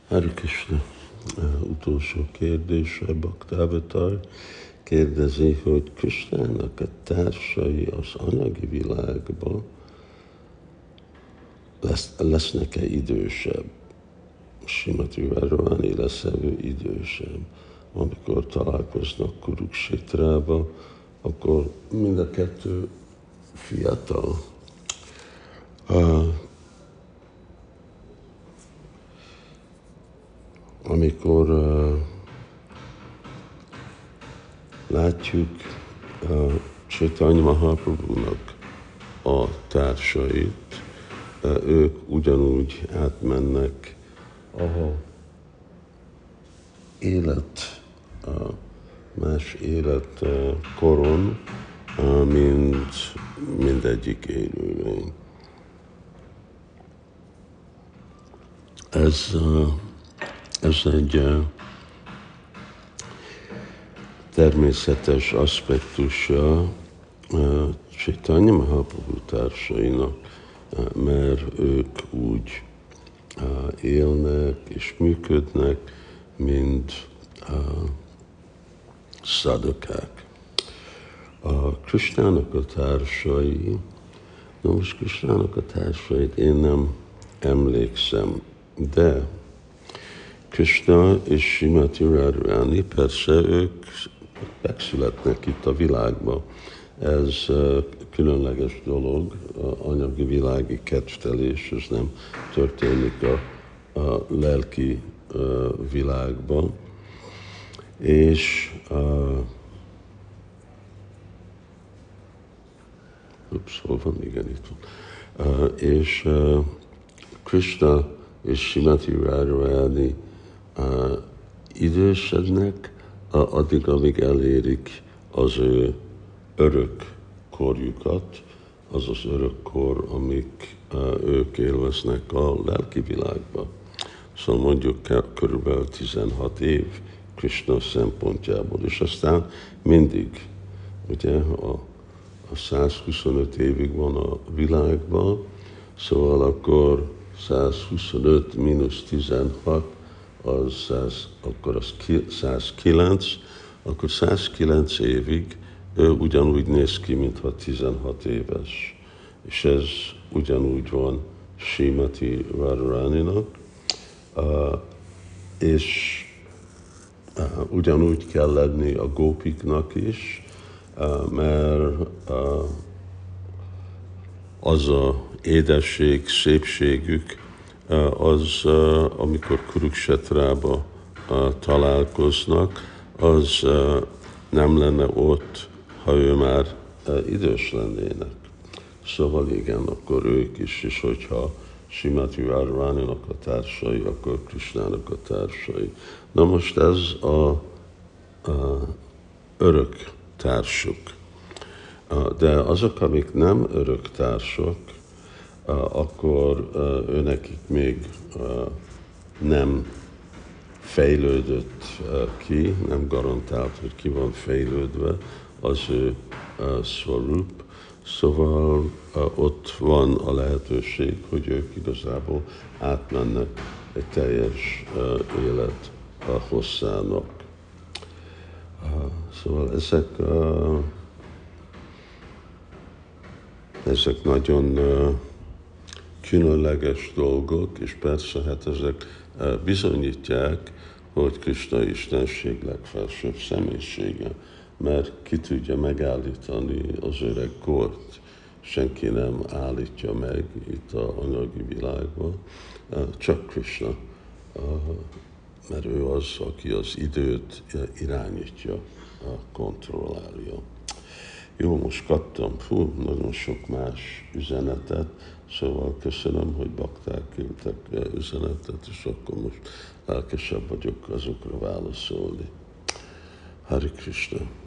Hare Krishna. Utolsó kérdése Bhaktávatar kérdezi, hogy Krisnának a társai az anyagi világban lesznek-e idősebb? Srimati Radharani lesz-e ő idősebb? Amikor találkoznak Kurukshétrába, akkor mind a kettő fiatal. Amikor látjuk Chaitanya Mahaprabhunak a társait, ők ugyanúgy átmennek a más életkoron, mint mindegyik élőlény. Ez egy természetes aspektusa Chaitanya Mahaprabhu társainak, mert ők úgy élnek és működnek, mint szadokák. A Krisnának a társai, most Krisnának a társait én nem emlékszem, de Krishna és Srimati Radharani, persze ők megszületnek itt a világban. Ez különleges dolog, anyagi világi kedvtelés, ez nem történik a lelki világban. És hol van? Igen, itt van. És Krishna és Srimati Radharani idősednek, addig, amíg elérik az ő örök korjukat, az az örök kor, amik ők élveznek a lelki világban. Szóval mondjuk körülbelül 16 év Krishna szempontjából, és aztán mindig, ugye, a 125 évig van a világban, szóval akkor 125 mínusz 16, akkor az 109, akkor 109 évig ő ugyanúgy néz ki, mintha 16 éves. És ez ugyanúgy van Srimati Radharaninak, és ugyanúgy kell lenni a gópiknak is, mert az a édesség, szépségük, az, amikor Kurukshetrába találkoznak, az nem lenne ott, ha ő már idős lennének. Szóval igen, akkor ők is, és hogyha Srimati Radharaninak a társai, akkor Krishnának a társai. Na most ez a örök társuk. De azok, amik nem örök társak, akkor őnekik még nem fejlődött ki, nem garantált, hogy ki van fejlődve az ő szvarup. Szóval ott van a lehetőség, hogy ők igazából átmennek egy teljes élet hosszának. Szóval ezek nagyon különleges dolgok, és persze hát ezek bizonyítják, hogy Krishna istenség legfelsőbb személyisége, mert ki tudja megállítani az öreg kort. Senki nem állítja meg itt az anyagi világban, csak Krishna, mert ő az, aki az időt irányítja, kontrollálja. Jó, most kaptam nagyon sok más üzenetet, szóval köszönöm, hogy bakták küldtek üzenetet, és akkor most lelkesebb vagyok azokra válaszolni. Hare Krishna.